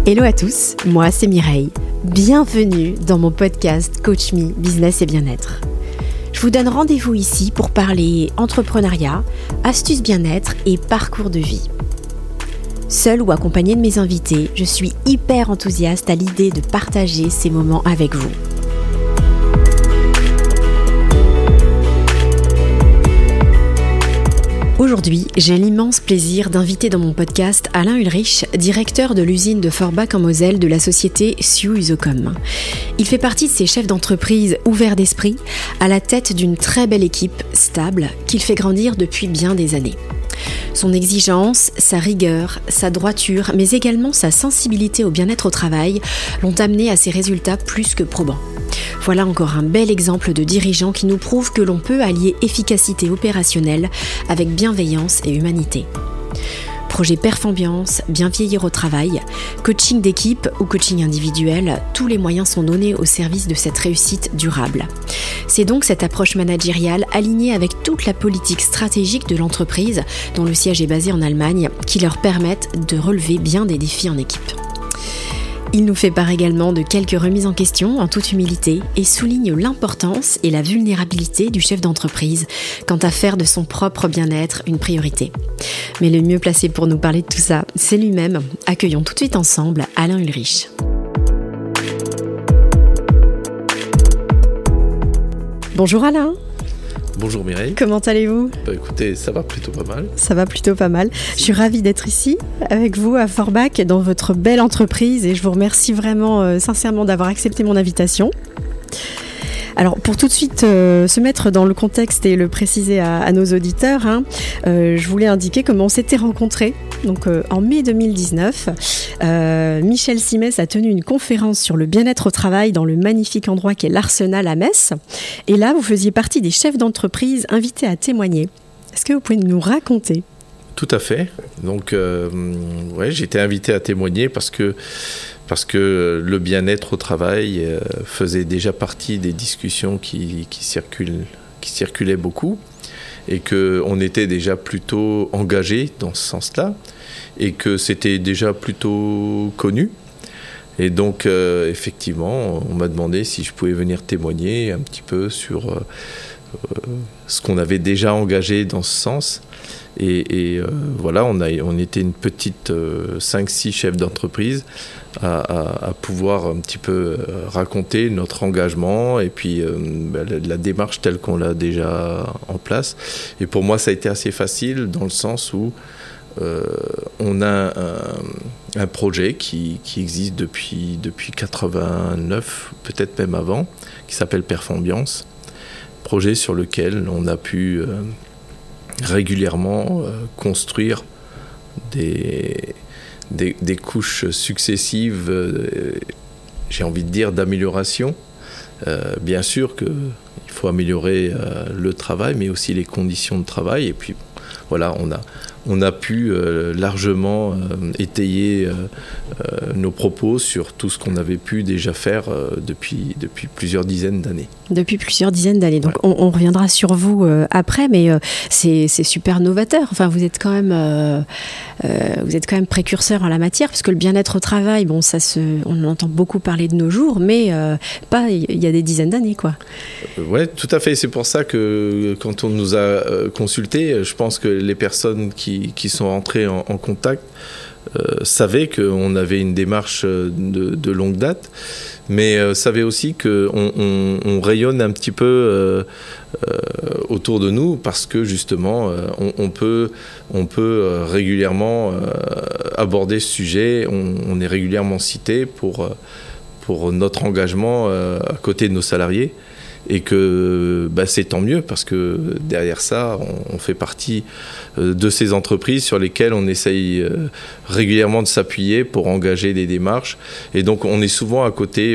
Hello à tous, moi c'est Mireille. Bienvenue dans mon podcast Coach Me Business et Bien-être. Je vous donne rendez-vous ici pour parler entrepreneuriat, astuces bien-être et parcours de vie. Seule ou accompagnée de mes invités, je suis hyper enthousiaste à l'idée de partager ces moments avec vous. Aujourd'hui, j'ai l'immense plaisir d'inviter dans mon podcast Alain Ulrich, directeur de l'usine de Forbach en Moselle de la société Sioux Isocom. Il fait partie de ces chefs d'entreprise ouverts d'esprit, à la tête d'une très belle équipe stable qu'il fait grandir depuis bien des années. Son exigence, sa rigueur, sa droiture, mais également sa sensibilité au bien-être au travail l'ont amené à ces résultats plus que probants. Voilà encore un bel exemple de dirigeant qui nous prouve que l'on peut allier efficacité opérationnelle avec bienveillance et humanité. Projet Perf-Ambiance, bien vieillir au travail, coaching d'équipe ou coaching individuel, tous les moyens sont donnés au service de cette réussite durable. C'est donc cette approche managériale alignée avec toute la politique stratégique de l'entreprise, dont le siège est basé en Allemagne, qui leur permettent de relever bien des défis en équipe. Il nous fait part également de quelques remises en question en toute humilité et souligne l'importance et la vulnérabilité du chef d'entreprise quant à faire de son propre bien-être une priorité. Mais le mieux placé pour nous parler de tout ça, c'est lui-même. Accueillons tout de suite ensemble Alain Ulrich. Bonjour Alain. Bonjour Mireille. Comment allez-vous ? Écoutez, ça va plutôt pas mal. Ça va plutôt pas mal. Je suis ravie d'être ici avec vous à Forbach dans votre belle entreprise et je vous remercie vraiment sincèrement d'avoir accepté mon invitation. Alors pour tout de suite se mettre dans le contexte et le préciser à nos auditeurs, je voulais indiquer comment on s'était rencontrés. Donc en mai 2019, Michel Simès a tenu une conférence sur le bien-être au travail dans le magnifique endroit qu'est l'Arsenal à Metz. Et là, vous faisiez partie des chefs d'entreprise invités à témoigner. Est-ce que vous pouvez nous raconter ? Tout à fait. Donc j'ai été invité à témoigner parce que le bien-être au travail faisait déjà partie des discussions qui circulaient beaucoup et qu'on était déjà plutôt engagé dans ce sens-là et que c'était déjà plutôt connu. Et donc, effectivement, on m'a demandé si je pouvais venir témoigner un petit peu sur ce qu'on avait déjà engagé dans ce sens. Et voilà, on était une petite 5-6 chefs d'entreprise à pouvoir un petit peu raconter notre engagement et puis la démarche telle qu'on l'a déjà en place. Et pour moi, ça a été assez facile dans le sens où on a un projet qui existe depuis 89, peut-être même avant, qui s'appelle Perf-Ambiance. Projet sur lequel on a pu régulièrement construire des couches successives, j'ai envie de dire, d'amélioration. Bien sûr qu'il faut améliorer le travail, mais aussi les conditions de travail. Et puis voilà, on a pu largement étayer nos propos sur tout ce qu'on avait pu déjà faire depuis plusieurs dizaines d'années. Depuis plusieurs dizaines d'années. Donc ouais. on reviendra sur vous après, mais c'est super novateur. Enfin, vous êtes quand même précurseur en la matière, parce que le bien-être au travail, bon, on entend beaucoup parler de nos jours, mais pas il y a des dizaines d'années, quoi. Ouais, tout à fait. C'est pour ça que quand on nous a consultés, je pense que les personnes qui sont entrées en contact savaient qu'on avait une démarche de longue date, mais savaient aussi qu'on rayonne un petit peu autour de nous parce que justement on peut régulièrement aborder ce sujet, on est régulièrement cité pour notre engagement à côté de nos salariés. Et que c'est tant mieux parce que derrière ça, on fait partie de ces entreprises sur lesquelles on essaye régulièrement de s'appuyer pour engager des démarches. Et donc on est souvent à côté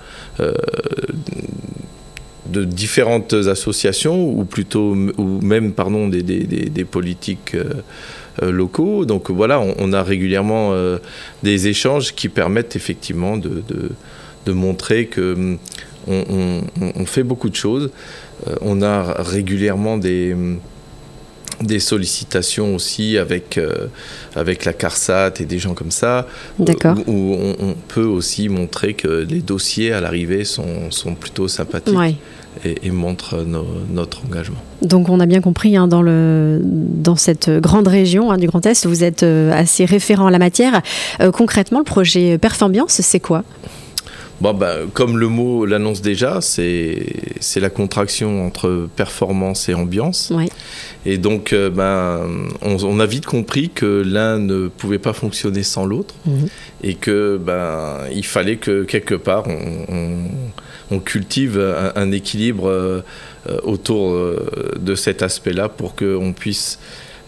de différentes associations ou même des politiques locaux. Donc voilà, on a régulièrement des échanges qui permettent effectivement de montrer que on fait beaucoup de choses. On a régulièrement des des sollicitations aussi avec la CARSAT et des gens comme ça, D'accord. où on peut aussi montrer que les dossiers à l'arrivée sont plutôt sympathiques. Ouais. Et montrent notre engagement. Donc on a bien compris, hein, dans cette grande région du Grand Est, vous êtes assez référent en la matière. Concrètement, le projet Performance, c'est quoi ? Comme le mot l'annonce déjà, c'est la contraction entre performance et ambiance. Ouais. Et donc, on a vite compris que l'un ne pouvait pas fonctionner sans l'autre, et que il fallait que quelque part on cultive un équilibre autour de cet aspect-là pour qu'on puisse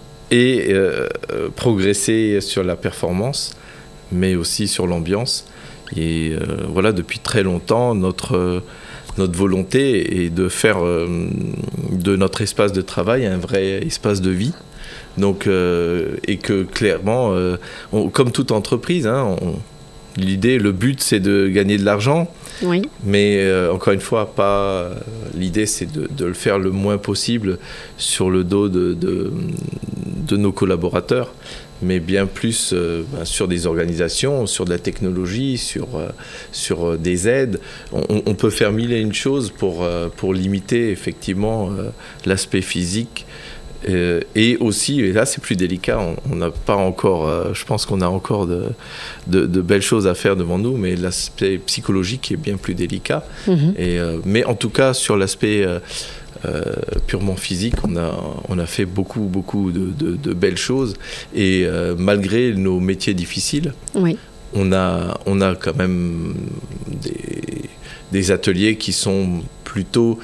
progresser sur la performance, mais aussi sur l'ambiance. Et voilà, depuis très longtemps, notre volonté est de faire de notre espace de travail un vrai espace de vie. Donc, et que clairement, comme toute entreprise, le but c'est de gagner de l'argent. Oui. Mais encore une fois, l'idée c'est de le faire le moins possible sur le dos de nos collaborateurs, mais bien plus sur des organisations, sur de la technologie, sur des aides. On peut faire mille et une choses pour limiter effectivement l'aspect physique. Et aussi, et là c'est plus délicat, on n'a pas encore, je pense qu'on a encore de belles choses à faire devant nous, mais l'aspect psychologique est bien plus délicat. Mais en tout cas, sur l'aspect purement physique, on a fait beaucoup de belles choses, et malgré nos métiers difficiles, oui. on a quand même des ateliers qui sont plutôt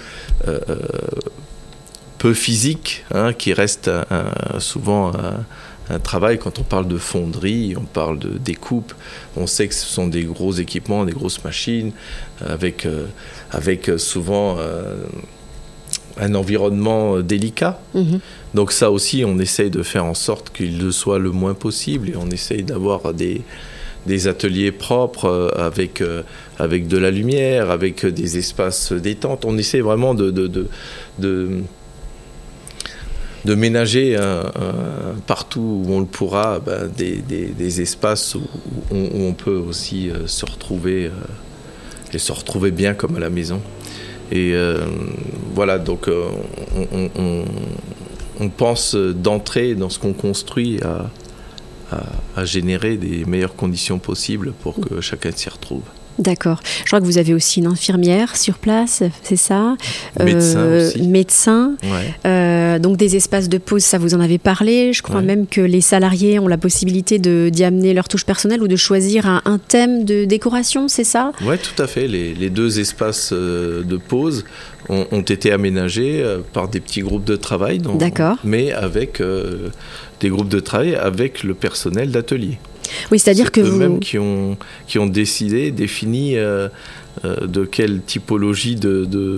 peu physique, qui reste souvent un travail. Quand on parle de fonderie, on parle de découpe, on sait que ce sont des gros équipements, des grosses machines, avec souvent un environnement délicat. Donc ça aussi, on essaye de faire en sorte qu'il le soit le moins possible, et on essaye d'avoir des ateliers propres avec de la lumière, avec des espaces détente. On essaie vraiment de ménager partout où on le pourra des espaces où on peut aussi se retrouver et se retrouver bien comme à la maison. Et voilà, donc on pense d'entrer dans ce qu'on construit à générer des meilleures conditions possibles pour que chacun s'y retrouve. D'accord. Je crois que vous avez aussi une infirmière sur place, c'est ça ? Médecin aussi. Médecin. Ouais. Donc des espaces de pause, ça vous en avez parlé. Je crois même que les salariés ont la possibilité d'y amener leur touche personnelle ou de choisir un thème de décoration, c'est ça ? Oui, tout à fait. Les deux espaces de pause ont été aménagés par des petits groupes de travail. D'accord. Mais avec des groupes de travail avec le personnel d'atelier. Oui, c'est-à-dire que eux-mêmes qui ont défini de quelle typologie de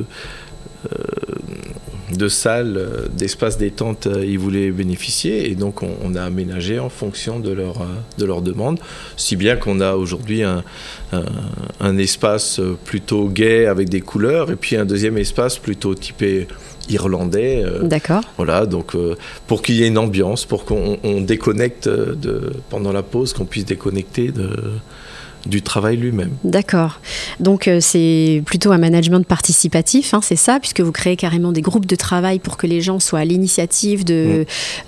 salles, d'espaces détente ils voulaient bénéficier, et donc on a aménagé en fonction de leur demande, si bien qu'on a aujourd'hui un espace plutôt gai avec des couleurs, et puis un deuxième espace plutôt typé irlandais. D'accord. Voilà, donc pour qu'il y ait une ambiance, pour qu'on déconnecte pendant la pause, qu'on puisse déconnecter du travail lui-même. D'accord. Donc c'est plutôt un management participatif, c'est ça, puisque vous créez carrément des groupes de travail pour que les gens soient à l'initiative de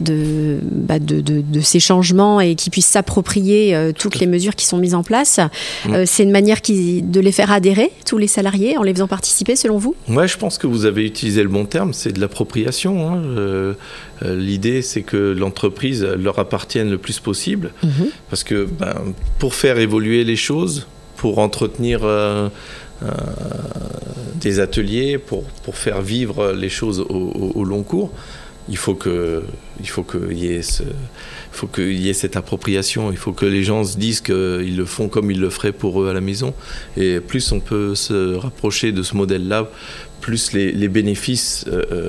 ces changements et qu'ils puissent s'approprier toutes les mesures qui sont mises en place. C'est une manière de les faire adhérer, tous les salariés, en les faisant participer, selon vous ? Ouais, je pense que vous avez utilisé le bon terme, c'est de l'appropriation. L'idée, c'est que l'entreprise leur appartienne le plus possible, parce que pour faire évoluer les choses, pour entretenir des ateliers, pour faire vivre les choses au long cours, il faut qu'il y ait cette appropriation. Il faut que les gens se disent qu'ils le font comme ils le feraient pour eux à la maison. Et plus on peut se rapprocher de ce modèle-là, plus les bénéfices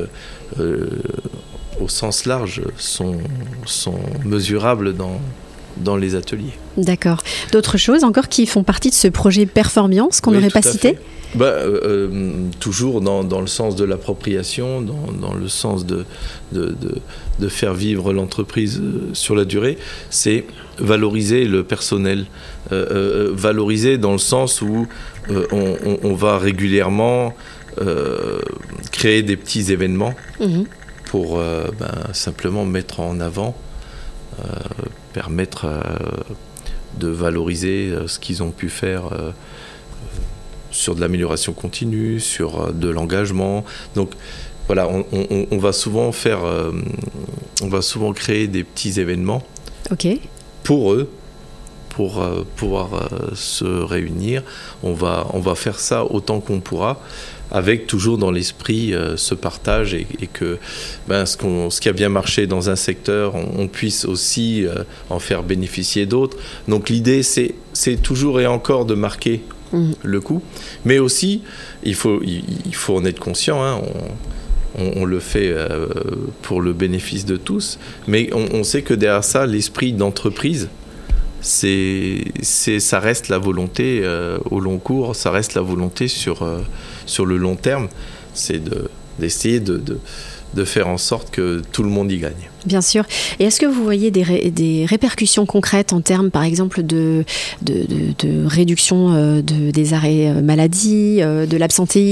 au sens large sont mesurables dans les ateliers. D'accord. D'autres choses encore qui font partie de ce projet Performiance qu'on n'aurait pas cité ? Toujours dans le sens de l'appropriation, dans le sens de faire vivre l'entreprise sur la durée, c'est valoriser le personnel. Valoriser dans le sens où on va régulièrement créer des petits événements pour simplement mettre en avant, permettre de valoriser ce qu'ils ont pu faire sur de l'amélioration continue, sur de l'engagement. Donc voilà, on va souvent créer des petits événements pour eux, pour pouvoir se réunir. On va faire ça autant qu'on pourra, avec toujours dans l'esprit ce partage et que ce qui a bien marché dans un secteur, on puisse aussi en faire bénéficier d'autres. Donc l'idée, c'est toujours et encore de marquer le coup, mais aussi il faut en être conscient, hein, on le fait pour le bénéfice de tous, mais on sait que derrière ça, l'esprit d'entreprise, ça reste la volonté au long cours, ça reste la volonté sur le long terme, c'est d'essayer de faire en sorte que tout le monde y gagne. Bien sûr. Et est-ce que vous voyez des répercussions concrètes en termes, par exemple, de réduction des arrêts maladie, de l'absentéisme ?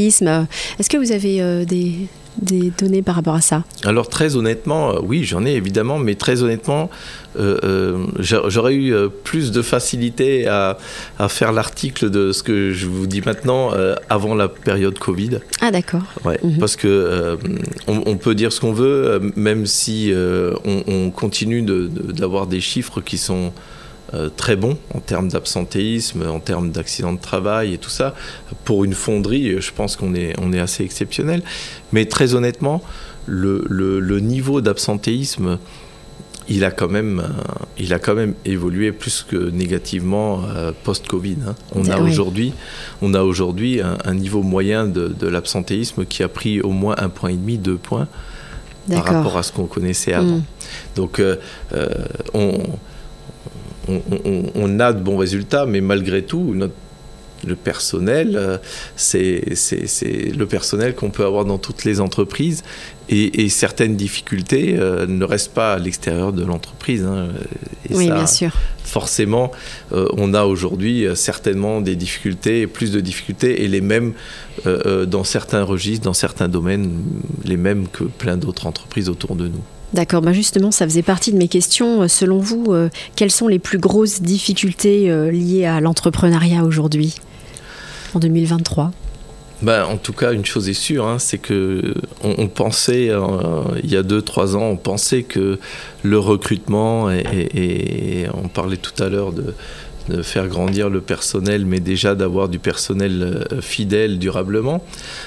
Est-ce que vous avez des données par rapport à ça ? Alors très honnêtement, oui, j'en ai évidemment, mais très honnêtement, j'aurais eu plus de facilité à faire l'article de ce que je vous dis maintenant avant la période Covid. Ah d'accord. Ouais, parce que on peut dire ce qu'on veut, même si on continue d'avoir des chiffres qui sont très bons en termes d'absentéisme, en termes d'accidents de travail et tout ça. Pour une fonderie, je pense qu'on est assez exceptionnel. Mais très honnêtement, le niveau d'absentéisme, il a quand même évolué plus que négativement post-Covid. Hein. On a aujourd'hui un niveau moyen de l'absentéisme qui a pris au moins 1,5 point, 2 points par rapport à ce qu'on connaissait avant. Donc on a de bons résultats, mais malgré tout, le personnel, c'est le personnel qu'on peut avoir dans toutes les entreprises, et certaines difficultés ne restent pas à l'extérieur de l'entreprise. Hein. Oui, bien sûr. Forcément, on a aujourd'hui certainement des difficultés, plus de difficultés, et les mêmes dans certains registres, dans certains domaines, les mêmes que plein d'autres entreprises autour de nous. D'accord, justement, ça faisait partie de mes questions. Selon vous, quelles sont les plus grosses difficultés liées à l'entrepreneuriat aujourd'hui, en 2023 ? En tout cas, une chose est sûre, hein, c'est que on pensait, il y a 2-3 ans, on pensait que le recrutement, et on parlait tout à l'heure de faire grandir le personnel, mais déjà d'avoir du personnel fidèle durablement,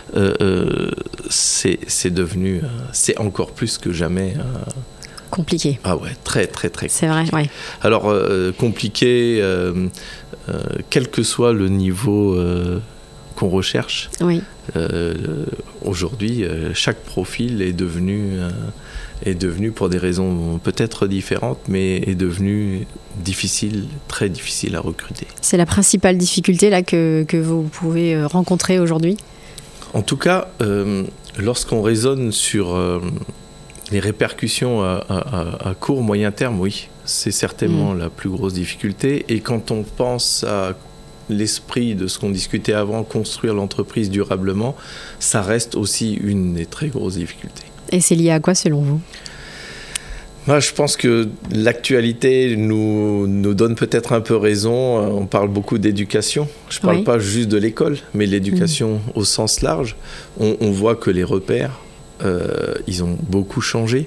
c'est devenu, c'est encore plus que jamais compliqué. Ah ouais, très très très compliqué. C'est vrai, ouais. Alors compliqué, quel que soit le niveau qu'on recherche. Oui. Aujourd'hui, chaque profil est devenu pour des raisons peut-être différentes, mais est devenu très difficile à recruter. C'est la principale difficulté là que vous pouvez rencontrer aujourd'hui ? En tout cas, lorsqu'on raisonne sur les répercussions à court, moyen terme, oui, c'est certainement la plus grosse difficulté. Et quand on pense à l'esprit de ce qu'on discutait avant, construire l'entreprise durablement, ça reste aussi une des très grosses difficultés. Et c'est lié à quoi selon vous ? Moi, je pense que l'actualité nous donne peut-être un peu raison. On parle beaucoup d'éducation. Je ne parle pas juste de l'école, mais l'éducation au sens large. On voit que les repères, ils ont beaucoup changé.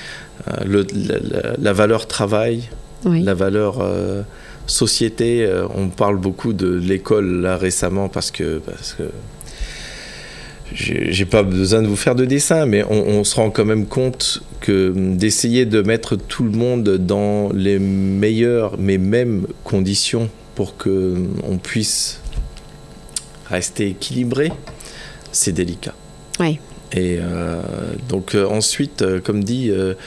La valeur travail, la valeur société, on parle beaucoup de l'école là récemment parce que j'ai pas besoin de vous faire de dessin, mais on se rend quand même compte que d'essayer de mettre tout le monde dans les meilleures mais mêmes conditions pour qu'on puisse rester équilibré, c'est délicat. Oui. Et donc ensuite, comme dit,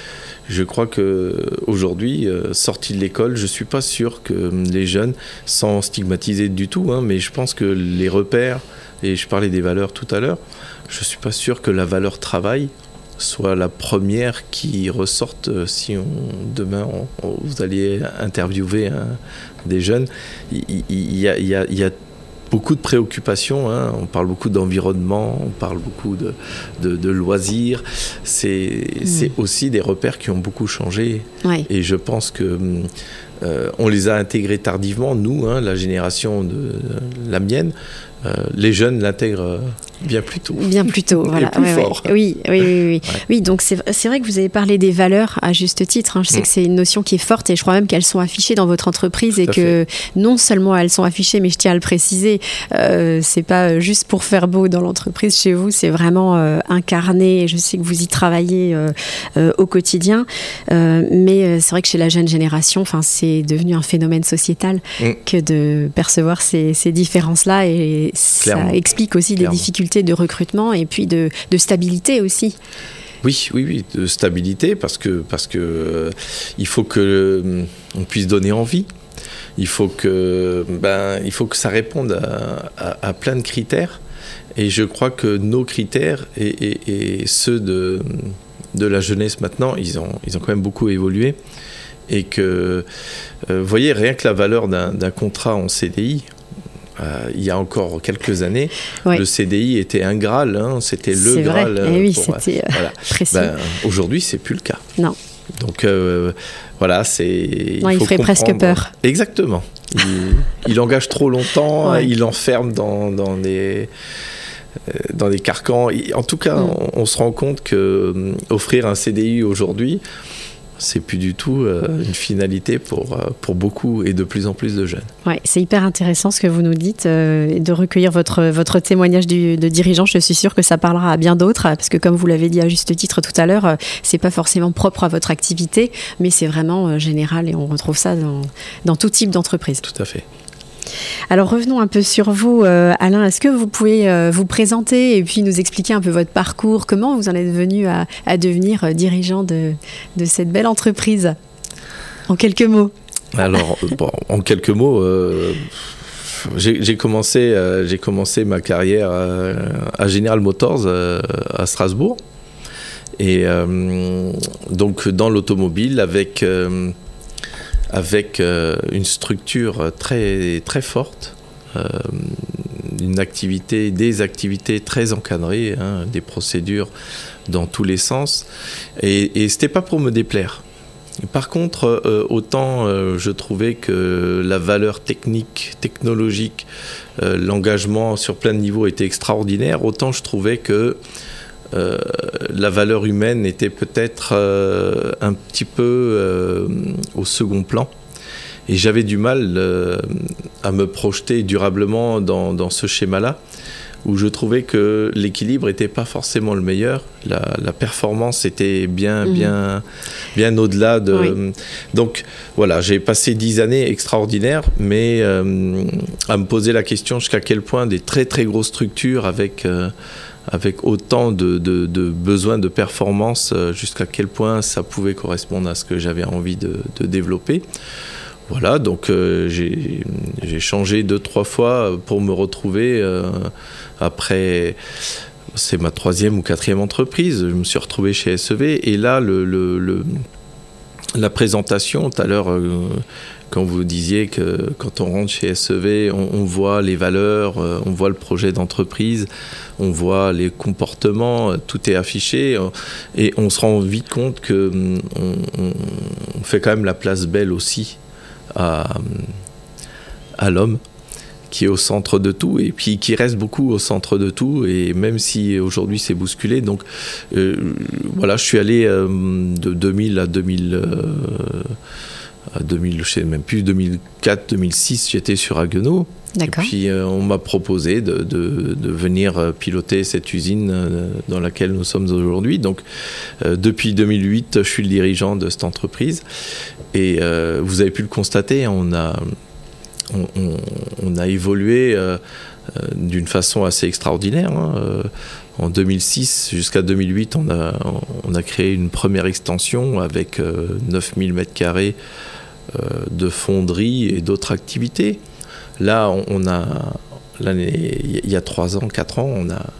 Je crois qu'aujourd'hui, sortis de l'école, je ne suis pas sûr que les jeunes, sans stigmatiser du tout, mais je pense que les repères, et je parlais des valeurs tout à l'heure, je ne suis pas sûr que la valeur travail soit la première qui ressorte si demain vous alliez interviewer des jeunes. Il y a beaucoup de préoccupations, on parle beaucoup d'environnement, on parle beaucoup de loisirs. C'est aussi des repères qui ont beaucoup changé. Ouais. Et je pense que on les a intégrés tardivement, nous, la génération de la mienne. Les jeunes l'intègrent bien plus tôt. Bien plus tôt, voilà. Plus fort. Oui. Oui, donc c'est vrai que vous avez parlé des valeurs à juste titre. Je sais que c'est une notion qui est forte et je crois même qu'elles sont affichées dans votre entreprise et que non seulement elles sont affichées, mais je tiens à le préciser, c'est pas juste pour faire beau dans l'entreprise chez vous, c'est vraiment incarné. Je sais que vous y travaillez au quotidien, mais c'est vrai que chez la jeune génération, c'est devenu un phénomène sociétal que de percevoir ces différences-là et ça explique aussi des difficultés de recrutement et puis de stabilité aussi. Oui, de stabilité parce que il faut que on puisse donner envie. Il faut que ça réponde à plein de critères. Et je crois que nos critères et ceux de la jeunesse maintenant, ils ont quand même beaucoup évolué. Et que, vous voyez, rien que la valeur d'un contrat en CDI. Il y a encore quelques années, le CDI était un Graal, c'était le Graal. Vrai. Oui, c'était précis. Aujourd'hui, c'est plus le cas. Non. Donc voilà, il ferait presque peur. Exactement. Il engage trop longtemps, il enferme dans des carcans. En tout cas, on se rend compte que offrir un CDI aujourd'hui, c'est plus du tout une finalité pour beaucoup et de plus en plus de jeunes. Ouais, c'est hyper intéressant ce que vous nous dites, de recueillir votre témoignage de dirigeant. Je suis sûre que ça parlera à bien d'autres, parce que comme vous l'avez dit à juste titre tout à l'heure, c'est pas forcément propre à votre activité, mais c'est vraiment général et on retrouve ça dans tout type d'entreprise. Tout à fait. Alors revenons un peu sur vous, Alain. Est-ce que vous pouvez vous présenter et puis nous expliquer un peu votre parcours? Comment vous en êtes venu à devenir dirigeant de cette belle entreprise? En quelques mots. Alors, en quelques mots, j'ai commencé ma carrière à General Motors à Strasbourg. Et donc dans l'automobile avec une structure très, très forte, des activités très encadrées, des procédures dans tous les sens. Et c'était pas pour me déplaire. Par contre, autant je trouvais que la valeur technologique, l'engagement sur plein de niveaux était extraordinaire, autant je trouvais que la valeur humaine était peut-être un petit peu au second plan. Et j'avais du mal à me projeter durablement dans ce schéma-là, où je trouvais que l'équilibre n'était pas forcément le meilleur. La performance était bien au-delà de... Oui. Donc voilà, j'ai passé 10 années extraordinaires, mais à me poser la question jusqu'à quel point des très très grosses structures avec autant de besoins de performance, jusqu'à quel point ça pouvait correspondre à ce que j'avais envie de développer. Voilà, donc j'ai changé 2-3 fois pour me retrouver après, c'est ma 3e ou 4e entreprise, je me suis retrouvé chez SEV et là la présentation tout à l'heure, quand vous disiez que quand on rentre chez SEV, on voit les valeurs, on voit le projet d'entreprise, on voit les comportements, tout est affiché et on se rend vite compte qu'on fait quand même la place belle aussi à l'homme qui est au centre de tout et puis qui reste beaucoup au centre de tout, et même si aujourd'hui c'est bousculé. Donc voilà, je suis allé de 2000 à 2000, je sais même plus, 2004, 2006, j'étais sur Haguenau. D'accord. Et puis on m'a proposé de venir piloter cette usine dans laquelle nous sommes aujourd'hui. Donc depuis 2008, je suis le dirigeant de cette entreprise. Et vous avez pu le constater, on on a évolué d'une façon assez extraordinaire. En 2006 jusqu'à 2008, on a créé une première extension avec 9000 m² de fonderie et d'autres activités. Là, il y a 3 ans, 4 ans, on a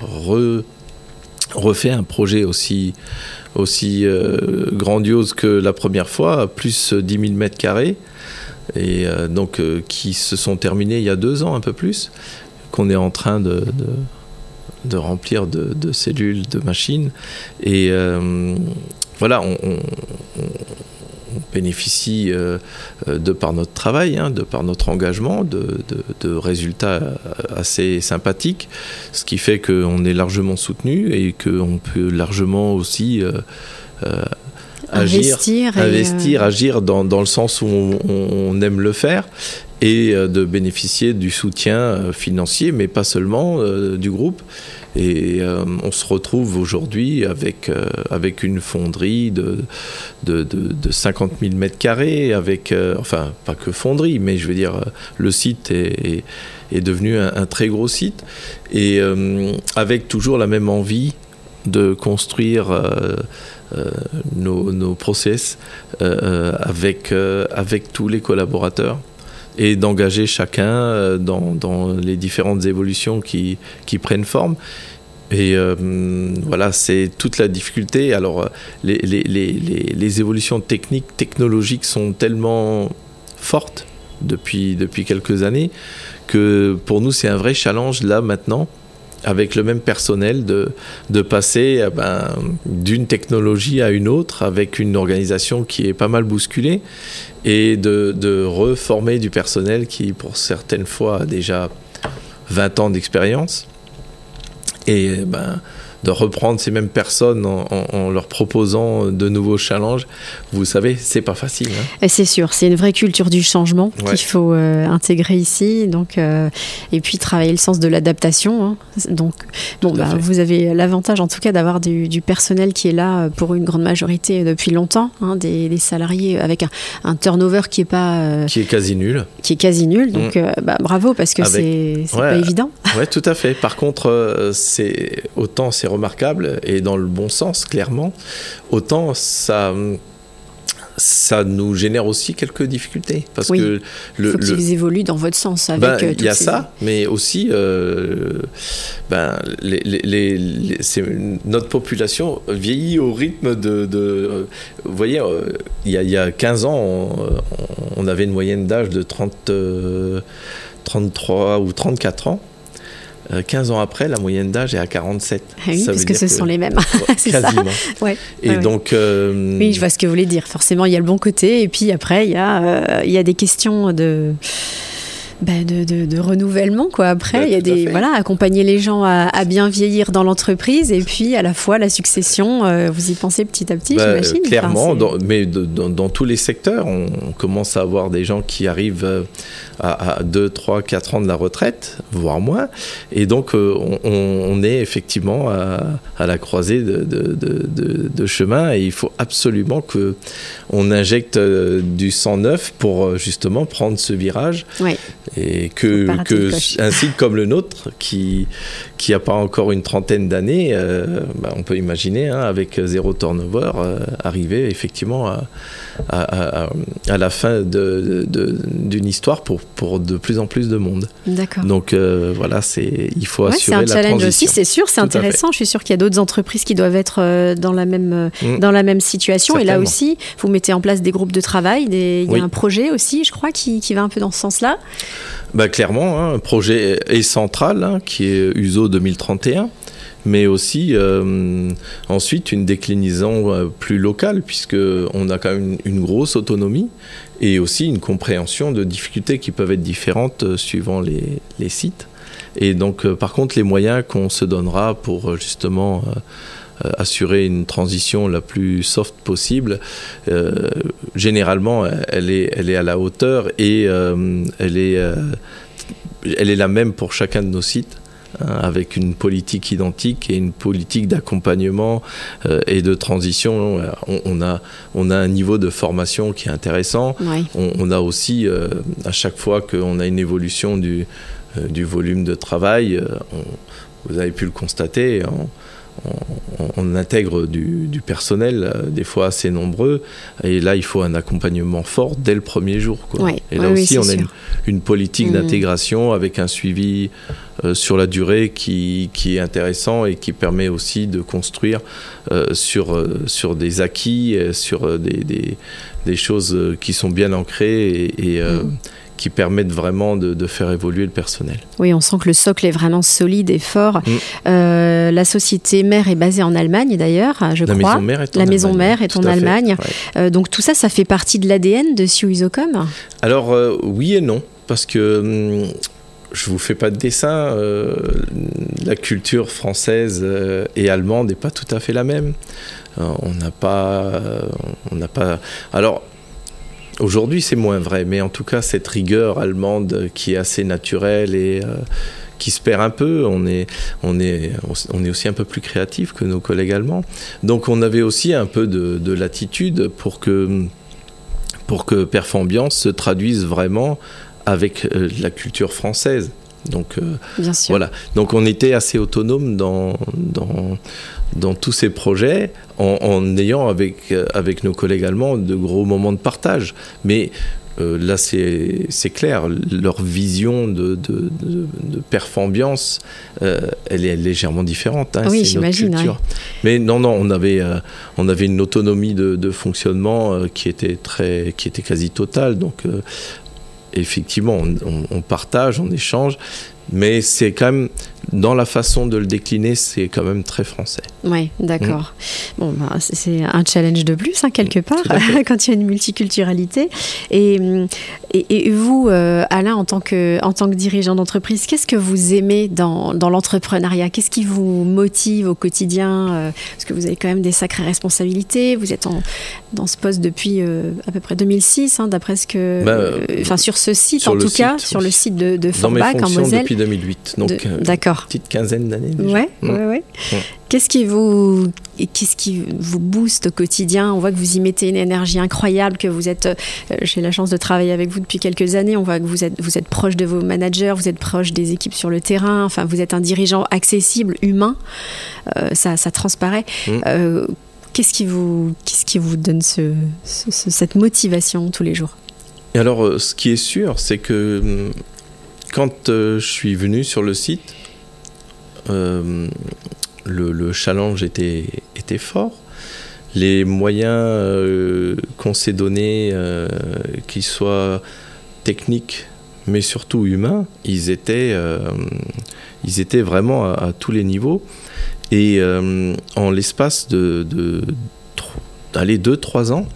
refait un projet aussi grandiose que la première fois, plus 10 000 m², et donc qui se sont terminés il y a 2 ans, un peu plus, qu'on est en train de remplir de cellules, de machines. Et voilà, on bénéficie de par notre travail, de par notre engagement, de résultats assez sympathiques, ce qui fait qu'on est largement soutenu et qu'on peut largement aussi agir dans le sens où on aime le faire, et de bénéficier du soutien financier, mais pas seulement du groupe. Et on se retrouve aujourd'hui avec une fonderie de 50 000 m², avec, enfin, pas que fonderie, mais je veux dire, le site est devenu un très gros site, et avec toujours la même envie de construire nos process avec tous les collaborateurs, et d'engager chacun dans les différentes évolutions qui prennent forme. Et voilà, c'est toute la difficulté. Alors, les évolutions technologiques sont tellement fortes depuis quelques années que pour nous, c'est un vrai challenge, là, maintenant, avec le même personnel, de passer d'une technologie à une autre, avec une organisation qui est pas mal bousculée, et de reformer du personnel qui, pour certaines fois, a déjà 20 ans d'expérience, et de reprendre ces mêmes personnes en leur proposant de nouveaux challenges. Vous savez, c'est pas facile. Et c'est sûr, c'est une vraie culture du changement qu'il faut intégrer ici, donc, et puis travailler le sens de l'adaptation. Donc, vous avez l'avantage en tout cas d'avoir du personnel qui est là pour une grande majorité depuis longtemps, des salariés avec un turnover qui est pas... qui est quasi nul. Donc bravo, parce que c'est pas évident. Oui, tout à fait. Par contre, c'est remarquable, et dans le bon sens, clairement, autant ça nous génère aussi quelques difficultés, parce que il faut qu'ils évoluent dans votre sens. Il y a ça, mais aussi notre population vieillit au rythme de vous voyez, il y a 15 ans, on avait une moyenne d'âge de 33 ou 34 ans. 15 ans après, la moyenne d'âge est à 47. Ah oui, ça parce que ce sont les mêmes. C'est quasiment. Ça. Ouais. Et donc... Oui, je vois ce que vous voulez dire. Forcément, il y a le bon côté, et puis après, il y a des questions de renouvellement, quoi. Après, il y a des accompagner les gens à bien vieillir dans l'entreprise, et puis à la fois la succession, vous y pensez petit à petit, j'imagine. Clairement, mais dans tous les secteurs, on commence à avoir des gens qui arrivent à 2, 3, 4 ans de la retraite, voire moins, et donc on est effectivement à la croisée de chemin, et il faut absolument qu'on injecte du sang neuf pour justement prendre ce virage. Oui. Et un site comme le nôtre, qui n'a pas encore une trentaine d'années, on peut imaginer, avec zéro turnover, arriver effectivement à la fin d'une histoire pour de plus en plus de monde. D'accord. Donc voilà, il faut assurer la transition. C'est un challenge aussi, c'est sûr, c'est intéressant. Je suis sûre qu'il y a d'autres entreprises qui doivent être dans la même situation. Certainement. Et là aussi, vous mettez en place des groupes de travail, il y a un projet aussi, je crois, qui va un peu dans ce sens-là. Clairement, un projet est central, qui est USO 2031, mais aussi ensuite une déclinaison plus locale, puisqu'on a quand même une grosse autonomie, et aussi une compréhension de difficultés qui peuvent être différentes suivant les sites. Et donc, par contre, les moyens qu'on se donnera pour justement assurer une transition la plus soft possible, généralement elle est à la hauteur, et elle est la même pour chacun de nos sites, avec une politique identique et une politique d'accompagnement et de transition. On a un niveau de formation qui est intéressant. Oui. On a aussi, à chaque fois qu'on a une évolution du volume de travail, vous avez pu le constater, on intègre du personnel, des fois assez nombreux, et là il faut un accompagnement fort dès le premier jour, quoi. Oui, et là aussi on a une politique Mmh. d'intégration avec un suivi sur la durée qui est intéressant et qui permet aussi de construire sur des acquis, sur des choses qui sont bien ancrées et qui permettent vraiment de faire évoluer le personnel. Oui, on sent que le socle est vraiment solide et fort. La société mère est basée en Allemagne d'ailleurs, je crois. La maison mère est en Allemagne. Ouais. Donc tout ça, ça fait partie de l'ADN de SIU Isocom ? Alors oui et non, parce que je vous fais pas de dessin. La culture française et allemande n'est pas tout à fait la même. On n'a pas. Alors. Aujourd'hui, c'est moins vrai, mais en tout cas, cette rigueur allemande qui est assez naturelle et qui se perd un peu, on est aussi un peu plus créatif que nos collègues allemands. Donc, on avait aussi un peu de latitude pour que Performbiance se traduise vraiment avec la culture française. Donc, bien sûr. Voilà. Donc, on était assez autonome dans tous ces projets, en ayant avec nos collègues allemands de gros moments de partage. Mais là, c'est clair, leur vision de Performbiance, elle est légèrement différente. Hein, oui, c'est j'imagine. notre culture. Ouais. Mais non, on avait une autonomie de fonctionnement qui était quasi totale. Donc, effectivement, on partage, on échange. Mais c'est quand même, dans la façon de le décliner, c'est quand même très français. Oui, d'accord. Bon, c'est un challenge de plus, hein, quelque part, quand il y a une multiculturalité. Et vous, Alain, en tant que dirigeant d'entreprise, qu'est-ce que vous aimez dans l'entrepreneuriat ? Qu'est-ce qui vous motive au quotidien ? Parce que vous avez quand même des sacrées responsabilités. Vous êtes dans ce poste depuis à peu près 2006, hein, d'après ce que... sur ce site, sur le site de Forbach, en Moselle. Depuis 2008, donc d'accord. Petite quinzaine d'années déjà. Ouais. Qu'est-ce qui vous booste au quotidien ? On voit que vous y mettez une énergie incroyable, que vous êtes... j'ai la chance de travailler avec vous depuis quelques années. On voit que vous êtes proche de vos managers, vous êtes proche des équipes sur le terrain. Enfin, vous êtes un dirigeant accessible, humain. Ça transparaît. Qu'est-ce qui vous donne cette motivation tous les jours ? Et alors, ce qui est sûr, c'est que quand je suis venu sur le site, le challenge était fort. Les moyens qu'on s'est donnés, qu'ils soient techniques, mais surtout humains, ils étaient vraiment à tous les niveaux. Et en l'espace de 2-3 ans,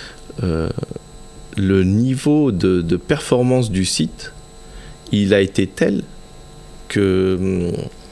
le niveau de performance du site, il a été tel que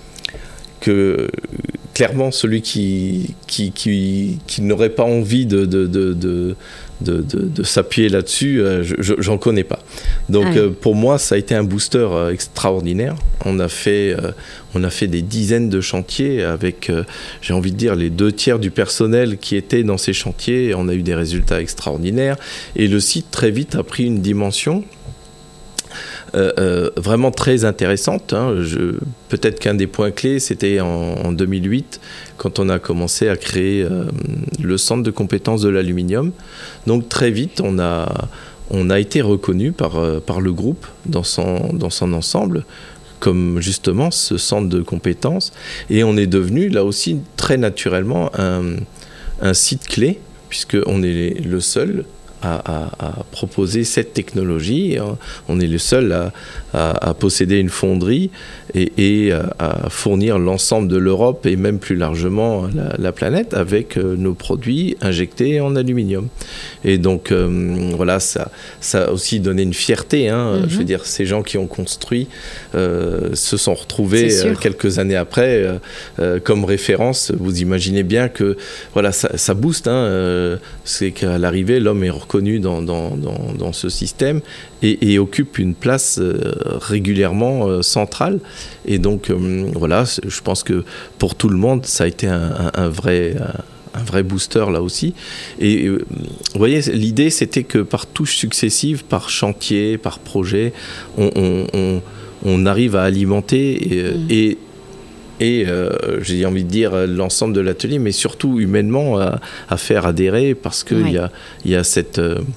clairement celui qui n'aurait pas envie de s'appuyer là-dessus, j'en connais pas. Donc pour moi, ça a été un booster extraordinaire. On a fait des dizaines de chantiers avec, j'ai envie de dire, les 2/3 du personnel qui était dans ces chantiers. On a eu des résultats extraordinaires et le site très vite a pris une dimension vraiment très intéressante. Hein. Peut-être qu'un des points clés, c'était en 2008, quand on a commencé à créer le centre de compétences de l'aluminium. Donc très vite, on a été reconnu par le groupe dans son ensemble, comme justement ce centre de compétences. Et on est devenu, là aussi, très naturellement, un site clé, puisqu'on est le seul à proposer cette technologie. On est le seul à posséder une fonderie et à fournir l'ensemble de l'Europe et même plus largement la planète avec nos produits injectés en aluminium. Et donc voilà, ça a aussi donné une fierté. Hein. Je veux dire, ces gens qui ont construit se sont retrouvés quelques années après comme référence. Vous imaginez bien que voilà, ça booste. Hein. C'est qu'à l'arrivée, l'homme est reconnu reconnu dans ce système et occupe une place régulièrement centrale. Et donc, voilà, je pense que pour tout le monde, ça a été un vrai booster là aussi. Et vous voyez, l'idée, c'était que par touches successives, par chantier, par projet, on arrive à alimenter et j'ai envie de dire l'ensemble de l'atelier, mais surtout humainement à faire adhérer, parce qu'il y a cette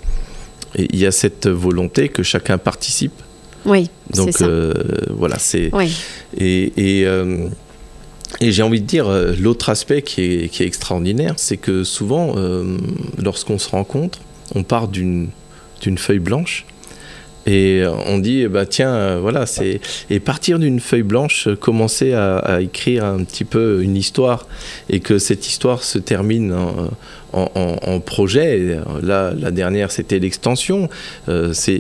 volonté que chacun participe. Oui, donc c'est ça. Voilà, c'est et j'ai envie de dire l'autre aspect qui est extraordinaire, c'est que souvent lorsqu'on se rencontre, on part d'une feuille blanche. Et on dit, tiens, voilà, et partir d'une feuille blanche, commencer à écrire un petit peu une histoire, et que cette histoire se termine en projet. Et là, la dernière, c'était l'extension. C'est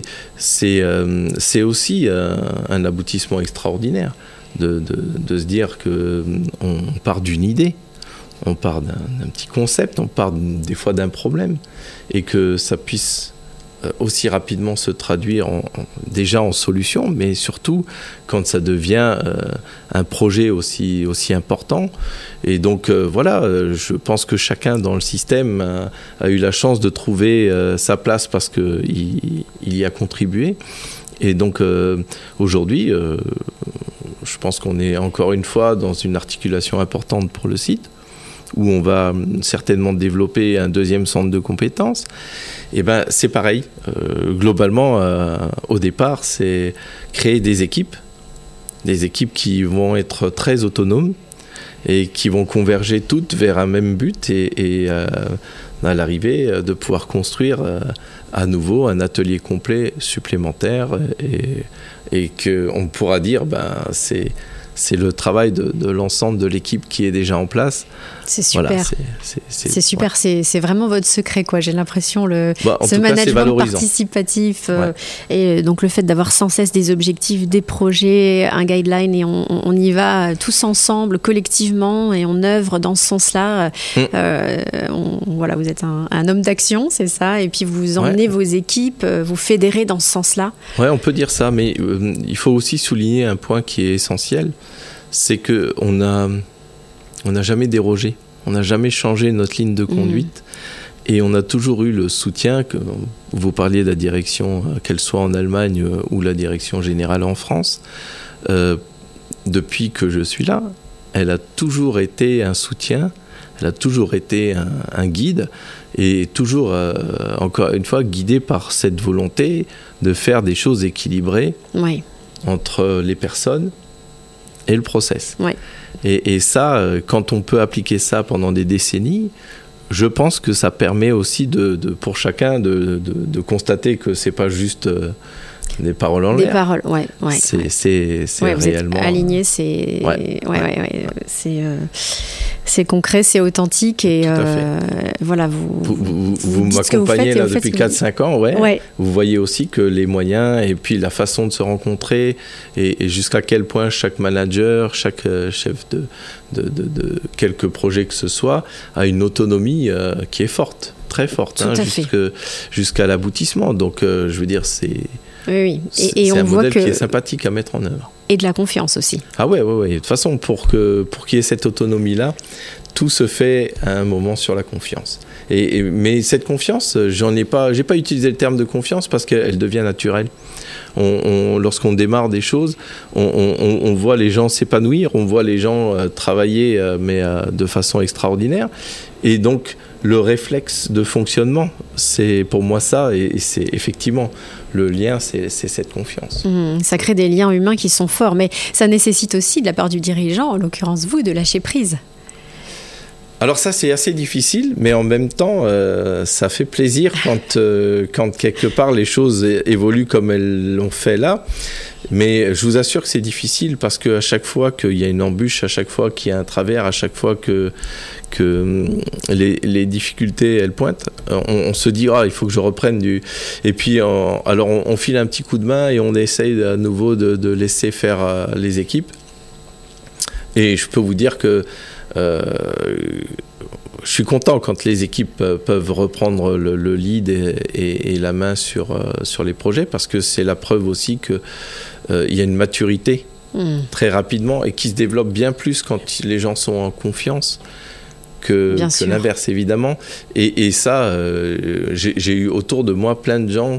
aussi un aboutissement extraordinaire de se dire qu'on part d'une idée, on part d'un petit concept, on part des fois d'un problème, et que ça puisse aussi rapidement se traduire déjà en solution, mais surtout quand ça devient un projet aussi important. Et donc voilà, je pense que chacun dans le système a eu la chance de trouver sa place parce qu'il y a contribué. Et donc aujourd'hui, je pense qu'on est encore une fois dans une articulation importante pour le site, où on va certainement développer un deuxième centre de compétences. Et c'est pareil. Globalement, au départ, c'est créer des équipes qui vont être très autonomes et qui vont converger toutes vers un même but et à l'arrivée de pouvoir construire à nouveau un atelier complet supplémentaire et qu'on pourra dire c'est le travail de l'ensemble de l'équipe qui est déjà en place. C'est super. Voilà, c'est super. Ouais. C'est vraiment votre secret, quoi. J'ai l'impression ce management participatif et donc le fait d'avoir sans cesse des objectifs, des projets, un guideline et on y va tous ensemble, collectivement, et on œuvre dans ce sens-là. Voilà, vous êtes un homme d'action, c'est ça. Et puis vous emmenez vos équipes, vous fédérez dans ce sens-là. Ouais, on peut dire ça, mais il faut aussi souligner un point qui est essentiel. C'est qu'on n'a jamais dérogé, on n'a jamais changé notre ligne de conduite et on a toujours eu le soutien, que vous parliez de la direction, qu'elle soit en Allemagne ou la direction générale en France. Depuis que je suis là, elle a toujours été un soutien, elle a toujours été un guide et toujours, encore une fois, guidée par cette volonté de faire des choses équilibrées entre les personnes et le process. Et ça, quand on peut appliquer ça pendant des décennies, je pense que ça permet aussi pour chacun de constater que c'est pas juste des paroles en l'air. Des paroles, c'est réellement... Vous êtes aligné, c'est concret, c'est authentique et voilà, vous m'accompagnez là depuis 4-5 ans, Vous voyez aussi que les moyens et puis la façon de se rencontrer et jusqu'à quel point chaque manager, chaque chef de quelques projets que ce soit a une autonomie qui est forte, très forte, jusqu'à l'aboutissement. Donc je veux dire, c'est on un voit modèle qui est sympathique à mettre en œuvre. Et de la confiance aussi. Ah ouais. De toute façon, pour qu'il y ait cette autonomie-là, tout se fait à un moment sur la confiance. Mais cette confiance, j'ai pas utilisé le terme de confiance parce qu'elle devient naturelle. Lorsqu'on démarre des choses, on voit les gens s'épanouir, on voit les gens travailler, mais de façon extraordinaire. Et donc, le réflexe de fonctionnement, c'est pour moi ça, et c'est effectivement le lien, c'est cette confiance. Ça crée des liens humains qui sont forts, mais ça nécessite aussi de la part du dirigeant, en l'occurrence vous, de lâcher prise. Alors ça, c'est assez difficile, mais en même temps, ça fait plaisir quand quelque part les choses évoluent comme elles l'ont fait là. Mais je vous assure que c'est difficile parce qu'à chaque fois qu'il y a une embûche, à chaque fois qu'il y a un travers, à chaque fois que les difficultés elles pointent, on se dit il faut que je reprenne du... Et puis alors on file un petit coup de main et on essaye à nouveau de laisser faire les équipes. Et je peux vous dire que je suis content quand les équipes peuvent reprendre le lead et la main sur les projets, parce que c'est la preuve aussi qu'il y a une maturité très rapidement et qui se développe bien plus quand les gens sont en confiance que l'inverse, évidemment. Et ça, j'ai eu autour de moi plein de gens.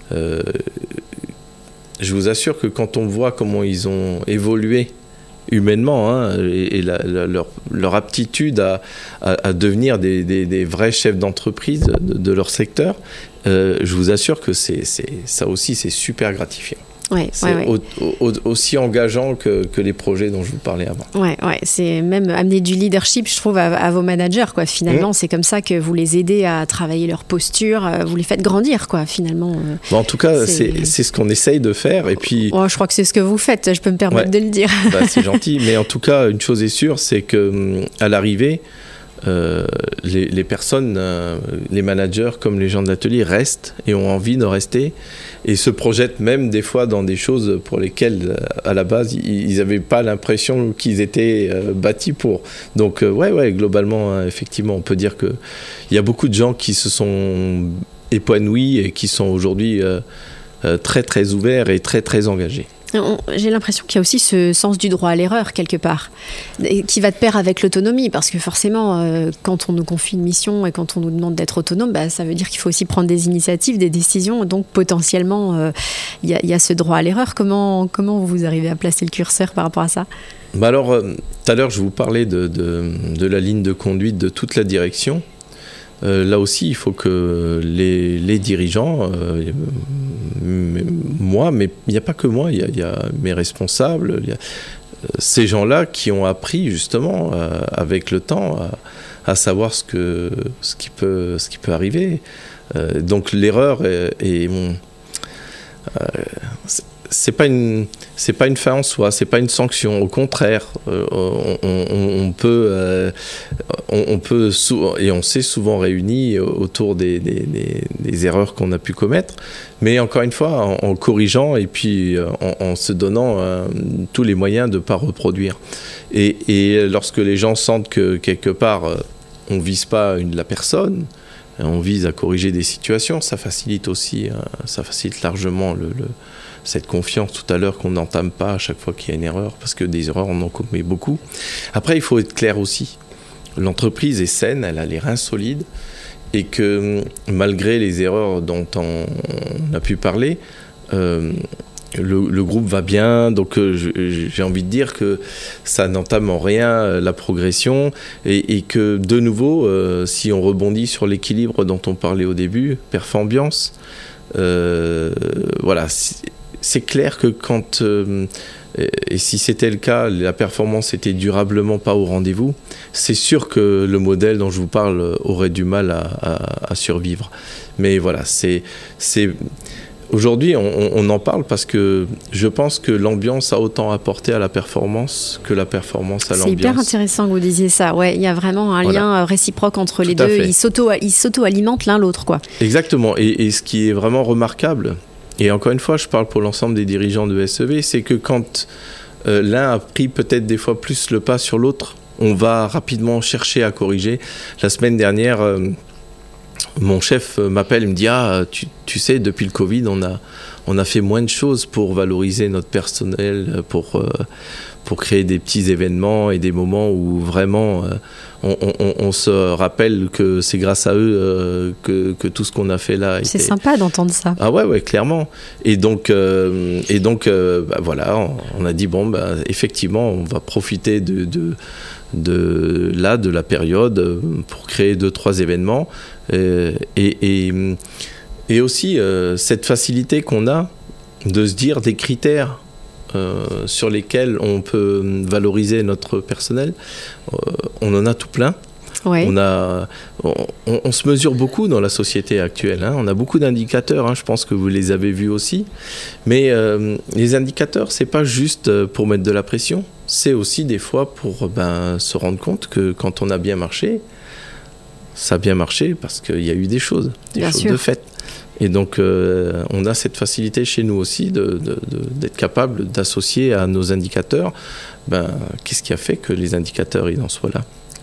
Je vous assure que quand on voit comment ils ont évolué humainement, et leur aptitude à devenir des vrais chefs d'entreprise de leur secteur, je vous assure que ça aussi, c'est super gratifiant. C'est aussi engageant que les projets dont je vous parlais avant. C'est même amener du leadership, je trouve, à vos managers, quoi. Finalement, c'est comme ça que vous les aidez à travailler leur posture, vous les faites grandir, quoi, finalement. En tout cas, c'est ce qu'on essaye de faire. Et puis, je crois que c'est ce que vous faites, je peux me permettre de le dire. C'est gentil, mais en tout cas, une chose est sûre, c'est qu'à l'arrivée, les personnes, les managers comme les gens de l'atelier restent et ont envie de rester et se projettent même des fois dans des choses pour lesquelles à la base ils n'avaient pas l'impression qu'ils étaient bâtis pour. Donc globalement, effectivement, on peut dire qu'il y a beaucoup de gens qui se sont épanouis et qui sont aujourd'hui très très ouverts et très très engagés. J'ai l'impression qu'il y a aussi ce sens du droit à l'erreur quelque part, qui va de pair avec l'autonomie, parce que forcément, quand on nous confie une mission et quand on nous demande d'être autonome, ça veut dire qu'il faut aussi prendre des initiatives, des décisions, donc potentiellement, il y a ce droit à l'erreur. Comment vous arrivez à placer le curseur par rapport à ça ? Alors, tout à l'heure, je vous parlais de la ligne de conduite de toute la direction. Là aussi, il faut que les dirigeants, moi, mais il n'y a pas que moi, il y a mes responsables, il y a ces gens-là qui ont appris justement avec le temps à savoir ce qui peut arriver. Donc l'erreur c'est pas une fin en soi, c'est pas une sanction. Au contraire, on peut et on s'est souvent réunis autour des erreurs qu'on a pu commettre, mais encore une fois en corrigeant et puis en se donnant tous les moyens de pas reproduire. Et lorsque les gens sentent que quelque part on vise pas la personne, on vise à corriger des situations, ça facilite largement cette confiance tout à l'heure qu'on n'entame pas à chaque fois qu'il y a une erreur, parce que des erreurs, on en commet beaucoup. Après, il faut être clair aussi. L'entreprise est saine, elle a les reins solides, et que malgré les erreurs dont on a pu parler, le groupe va bien, donc j'ai envie de dire que ça n'entame en rien la progression, et que de nouveau, si on rebondit sur l'équilibre dont on parlait au début, perf-ambiance, c'est clair que quand, et si c'était le cas, la performance était durablement pas au rendez-vous, c'est sûr que le modèle dont je vous parle aurait du mal à survivre. Mais voilà, aujourd'hui, on en parle parce que je pense que l'ambiance a autant apporté à la performance que la performance à l'ambiance. C'est hyper intéressant que vous disiez ça. Ouais, il y a vraiment un lien réciproque entre les deux. Ils s'auto-alimentent l'un l'autre, quoi. Exactement. Et ce qui est vraiment remarquable, et encore une fois, je parle pour l'ensemble des dirigeants de SEV, c'est que quand l'un a pris peut-être des fois plus le pas sur l'autre, on va rapidement chercher à corriger. La semaine dernière, mon chef m'appelle et me dit tu sais, depuis le Covid, on a fait moins de choses pour valoriser notre personnel, pour créer des petits événements et des moments où vraiment on se rappelle que c'est grâce à eux que tout ce qu'on a fait là. C'est sympa d'entendre ça. Ah ouais, clairement. Et donc voilà, on a dit effectivement, on va profiter de la période pour créer 2-3 événements et aussi cette facilité qu'on a de se dire des critères sur lesquels on peut valoriser notre personnel. On en a tout plein. Ouais. On se mesure beaucoup dans la société actuelle. On a beaucoup d'indicateurs. Je pense que vous les avez vus aussi. Mais les indicateurs, c'est pas juste pour mettre de la pression. C'est aussi des fois pour se rendre compte que quand on a bien marché, ça a bien marché parce qu'il y a eu des choses de fait. Et donc, on a cette facilité chez nous aussi d'être capable d'associer à nos indicateurs, qu'est-ce qui a fait que les indicateurs ils en soient là.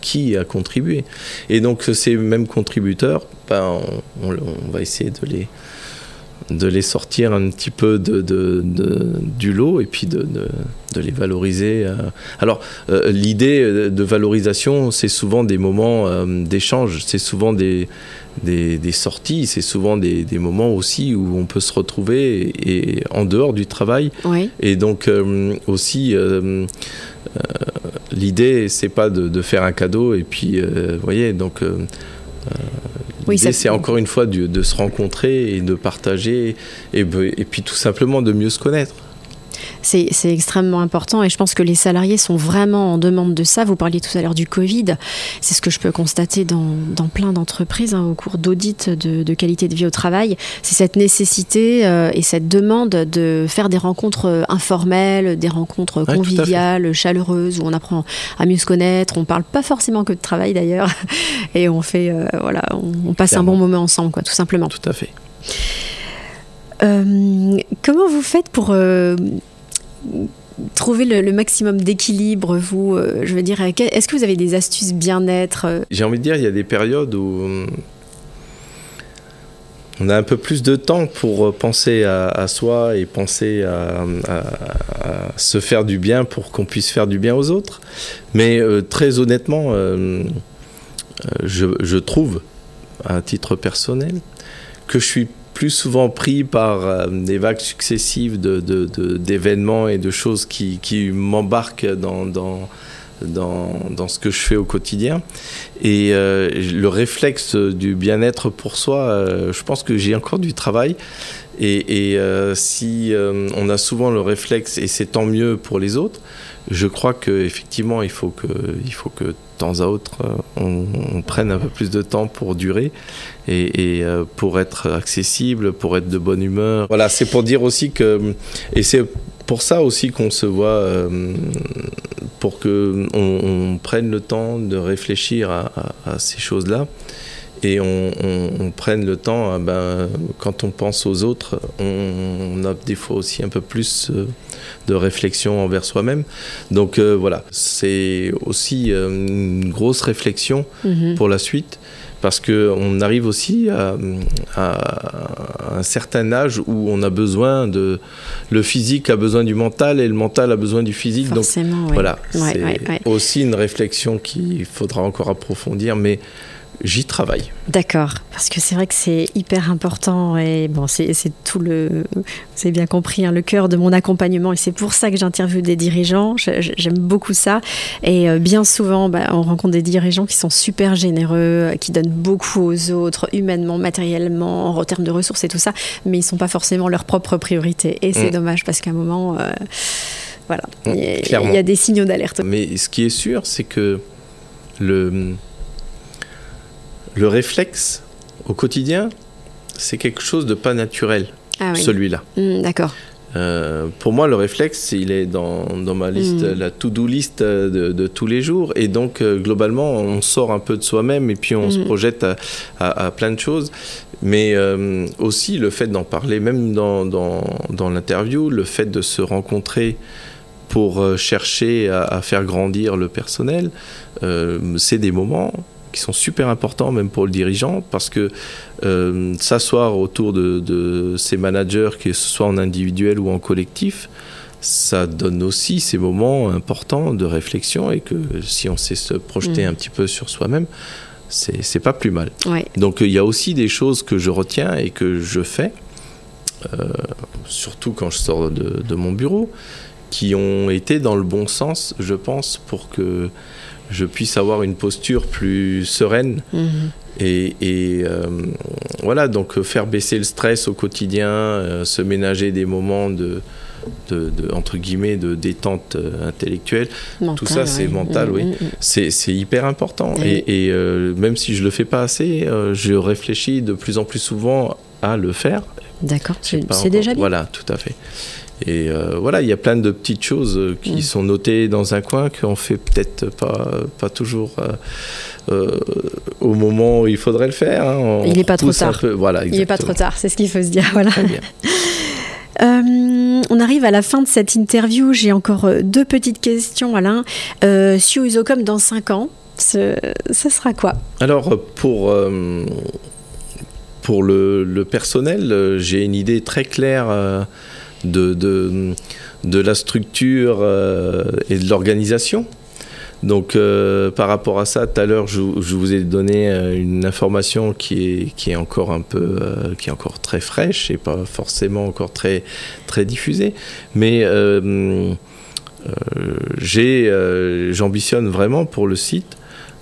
qui a contribué. Et donc ces mêmes contributeurs, on va essayer de les sortir un petit peu du lot et puis de les valoriser. Alors, l'idée de valorisation, c'est souvent des moments d'échange, c'est souvent des sorties, c'est souvent des moments aussi où on peut se retrouver et en dehors du travail. Oui. Et donc, aussi, l'idée, c'est pas de faire un cadeau et puis, vous voyez, donc... L'idée, c'est encore une fois de se rencontrer et de partager et puis tout simplement de mieux se connaître. C'est extrêmement important et je pense que les salariés sont vraiment en demande de ça. Vous parliez tout à l'heure du Covid. C'est ce que je peux constater dans plein d'entreprises au cours d'audits de qualité de vie au travail. C'est cette nécessité et cette demande de faire des rencontres informelles, des rencontres conviviales, chaleureuses, où on apprend à mieux se connaître. On ne parle pas forcément que de travail d'ailleurs. Et on fait, on passe un bon moment ensemble, tout simplement. Tout à fait. Comment vous faites pour trouver le maximum d'équilibre, vous, je veux dire, est-ce que vous avez des astuces bien-être? J'ai envie de dire, il y a des périodes où on a un peu plus de temps pour penser à soi et penser à se faire du bien pour qu'on puisse faire du bien aux autres. Mais très honnêtement, je trouve, à titre personnel, que je suis plus souvent pris par des vagues successives d'événements et de choses qui m'embarquent dans ce que je fais au quotidien. Et le réflexe du bien-être pour soi, je pense que j'ai encore du travail. Et si on a souvent le réflexe, et c'est tant mieux pour les autres, je crois qu'effectivement, il faut que de temps à autre, on prenne un peu plus de temps pour durer et pour être accessible, pour être de bonne humeur. Voilà, c'est pour dire aussi que... Et c'est pour ça aussi qu'on se voit, pour qu'on prenne le temps de réfléchir à ces choses-là. Et on prenne le temps, quand on pense aux autres, on a des fois aussi un peu plus de réflexion envers soi-même. Donc voilà, c'est aussi une grosse réflexion pour la suite, parce qu'on arrive aussi à un certain âge où on a besoin le physique a besoin du mental et le mental a besoin du physique. Forcément, donc voilà, c'est aussi une réflexion qu'il faudra encore approfondir, mais j'y travaille. D'accord, parce que c'est vrai que c'est hyper important et bon, c'est tout vous avez bien compris, le cœur de mon accompagnement et c'est pour ça que j'interviewe des dirigeants. J'aime beaucoup ça et bien souvent, on rencontre des dirigeants qui sont super généreux, qui donnent beaucoup aux autres, humainement, matériellement, en termes de ressources et tout ça, mais ils ne sont pas forcément leur propre priorité et c'est dommage parce qu'à un moment, voilà, il y a des signaux d'alerte. Mais ce qui est sûr, c'est que le réflexe au quotidien, c'est quelque chose de pas naturel, celui-là. D'accord. Pour moi, le réflexe, il est dans ma liste, la to-do list de tous les jours. Et donc, globalement, on sort un peu de soi-même et puis on se projette à plein de choses. Mais aussi, le fait d'en parler, même dans l'interview, le fait de se rencontrer pour chercher à faire grandir le personnel, c'est des moments qui sont super importants même pour le dirigeant, parce que s'asseoir autour de ses managers, que ce soit en individuel ou en collectif, ça donne aussi ces moments importants de réflexion, et que si on sait se projeter un petit peu sur soi-même, c'est pas plus mal. Ouais. Donc il y a aussi des choses que je retiens et que je fais, surtout quand je sors de mon bureau, qui ont été dans le bon sens, je pense, pour que je puisse avoir une posture plus sereine et voilà, donc faire baisser le stress au quotidien, se ménager des moments de entre guillemets de détente intellectuelle, mental, tout ça c'est mental, c'est hyper important et même si je le fais pas assez, je réfléchis de plus en plus souvent à le faire. D'accord, c'est déjà bien. Voilà, tout à fait. Et voilà, il y a plein de petites choses qui sont notées dans un coin qu'on fait peut-être pas toujours au moment où il faudrait le faire. Hein. Il n'est pas trop tard. Voilà, il n'est pas trop tard, c'est ce qu'il faut se dire. Voilà. Très bien. On arrive à la fin de cette interview. J'ai encore 2 petites questions, Alain. Siu Isocom dans 5 ans, ce sera quoi ? Alors, pour le personnel, j'ai une idée très claire de la structure et de l'organisation. Donc, par rapport à ça, tout à l'heure, je vous ai donné une information qui est encore qui est encore très fraîche et pas forcément encore très, très diffusée. Mais j'ambitionne vraiment pour le site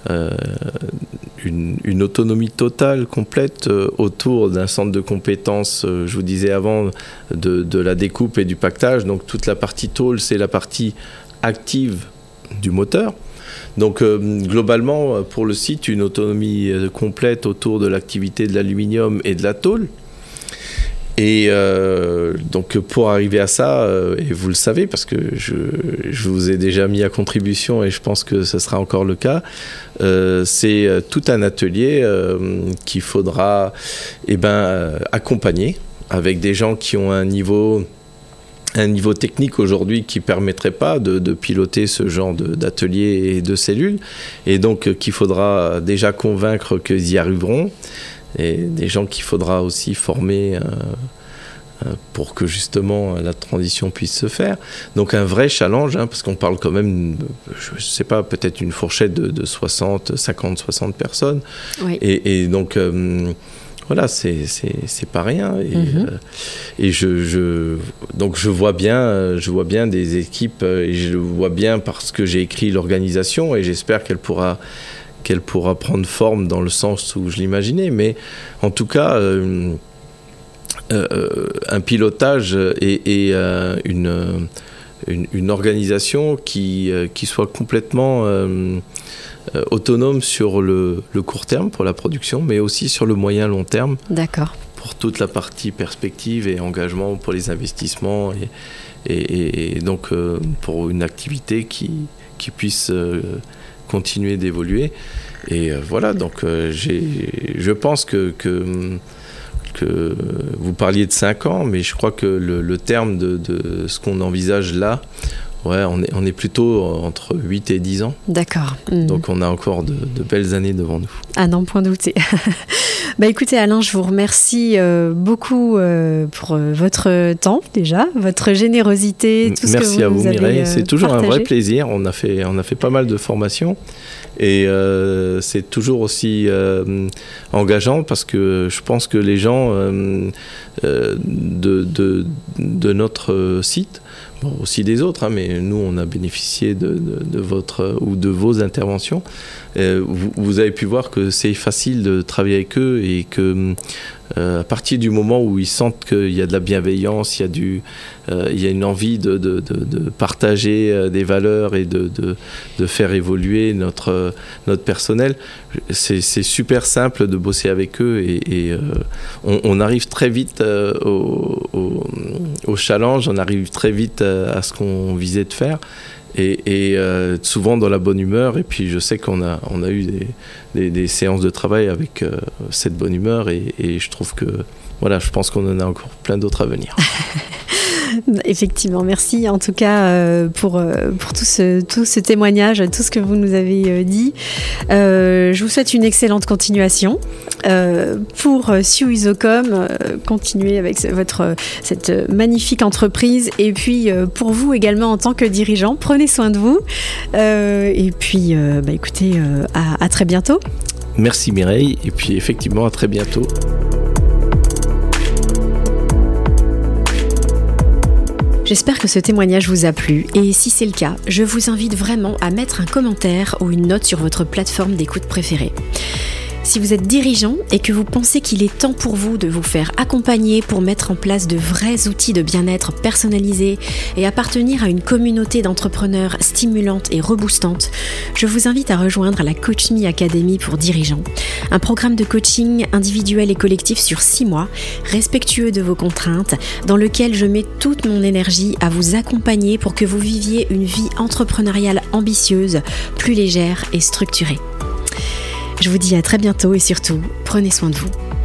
une autonomie totale, complète autour d'un centre de compétences, je vous disais avant, de la découpe et du pactage. Donc toute la partie tôle, c'est la partie active du moteur. Donc globalement, pour le site, une autonomie complète autour de l'activité de l'aluminium et de la tôle. Et donc pour arriver à ça, et vous le savez parce que je vous ai déjà mis à contribution et je pense que ce sera encore le cas, c'est tout un atelier qu'il faudra accompagner avec des gens qui ont un niveau technique aujourd'hui qui ne permettrait pas de piloter ce genre d'atelier et de cellules, et donc qu'il faudra déjà convaincre qu'ils y arriveront, et des gens qu'il faudra aussi former pour que justement la transition puisse se faire. Donc un vrai challenge, parce qu'on parle quand même, je ne sais pas, peut-être une fourchette de 50, 60 personnes. Oui. Et donc voilà, c'est pas rien. Et donc je vois bien des équipes, et je le vois bien parce que j'ai écrit l'organisation, et j'espère qu'elle pourra prendre forme dans le sens où je l'imaginais. Mais en tout cas, un pilotage et une organisation qui soit complètement autonome sur le court terme pour la production, mais aussi sur le moyen long terme. D'accord. Pour toute la partie perspective et engagement pour les investissements et donc pour une activité qui puisse continuer d'évoluer. Et voilà, donc je pense que vous parliez de 5 ans, mais je crois que le terme de ce qu'on envisage là, ouais, on est plutôt entre 8 et 10 ans. D'accord. Donc on a encore de belles années devant nous. Ah non, point douté. Écoutez Alain, je vous remercie beaucoup pour votre temps déjà, votre générosité, tout ce que vous nous avez partagé. Merci à vous Mireille, c'est toujours un vrai plaisir. On a fait pas mal de formations. Et c'est toujours aussi engageant parce que je pense que les gens de notre site, bon, aussi des autres, mais nous on a bénéficié de votre ou de vos interventions. Vous avez pu voir que c'est facile de travailler avec eux et que à partir du moment où ils sentent qu'il y a de la bienveillance, il y a une envie de partager des valeurs et de faire évoluer notre personnel, c'est super simple de bosser avec eux et on arrive très vite au challenge, on arrive très vite à ce qu'on visait de faire. Et souvent dans la bonne humeur, et puis je sais qu'on a eu des séances de travail avec cette bonne humeur, et je trouve que voilà, je pense qu'on en a encore plein d'autres à venir. Effectivement, merci en tout cas pour tout ce témoignage, tout ce que vous nous avez dit. Je vous souhaite une excellente continuation pour Sioux Isocom, continuez avec cette magnifique entreprise, et puis pour vous également en tant que dirigeant, prenez soin de vous, et puis écoutez, à très bientôt. Merci Mireille, et puis effectivement à très bientôt. J'espère que ce témoignage vous a plu, et si c'est le cas, je vous invite vraiment à mettre un commentaire ou une note sur votre plateforme d'écoute préférée. Si vous êtes dirigeant et que vous pensez qu'il est temps pour vous de vous faire accompagner pour mettre en place de vrais outils de bien-être personnalisés et appartenir à une communauté d'entrepreneurs stimulante et reboostante, je vous invite à rejoindre la Coach Me Academy pour dirigeants. Un programme de coaching individuel et collectif sur 6 mois, respectueux de vos contraintes, dans lequel je mets toute mon énergie à vous accompagner pour que vous viviez une vie entrepreneuriale ambitieuse, plus légère et structurée. Je vous dis à très bientôt et surtout, prenez soin de vous.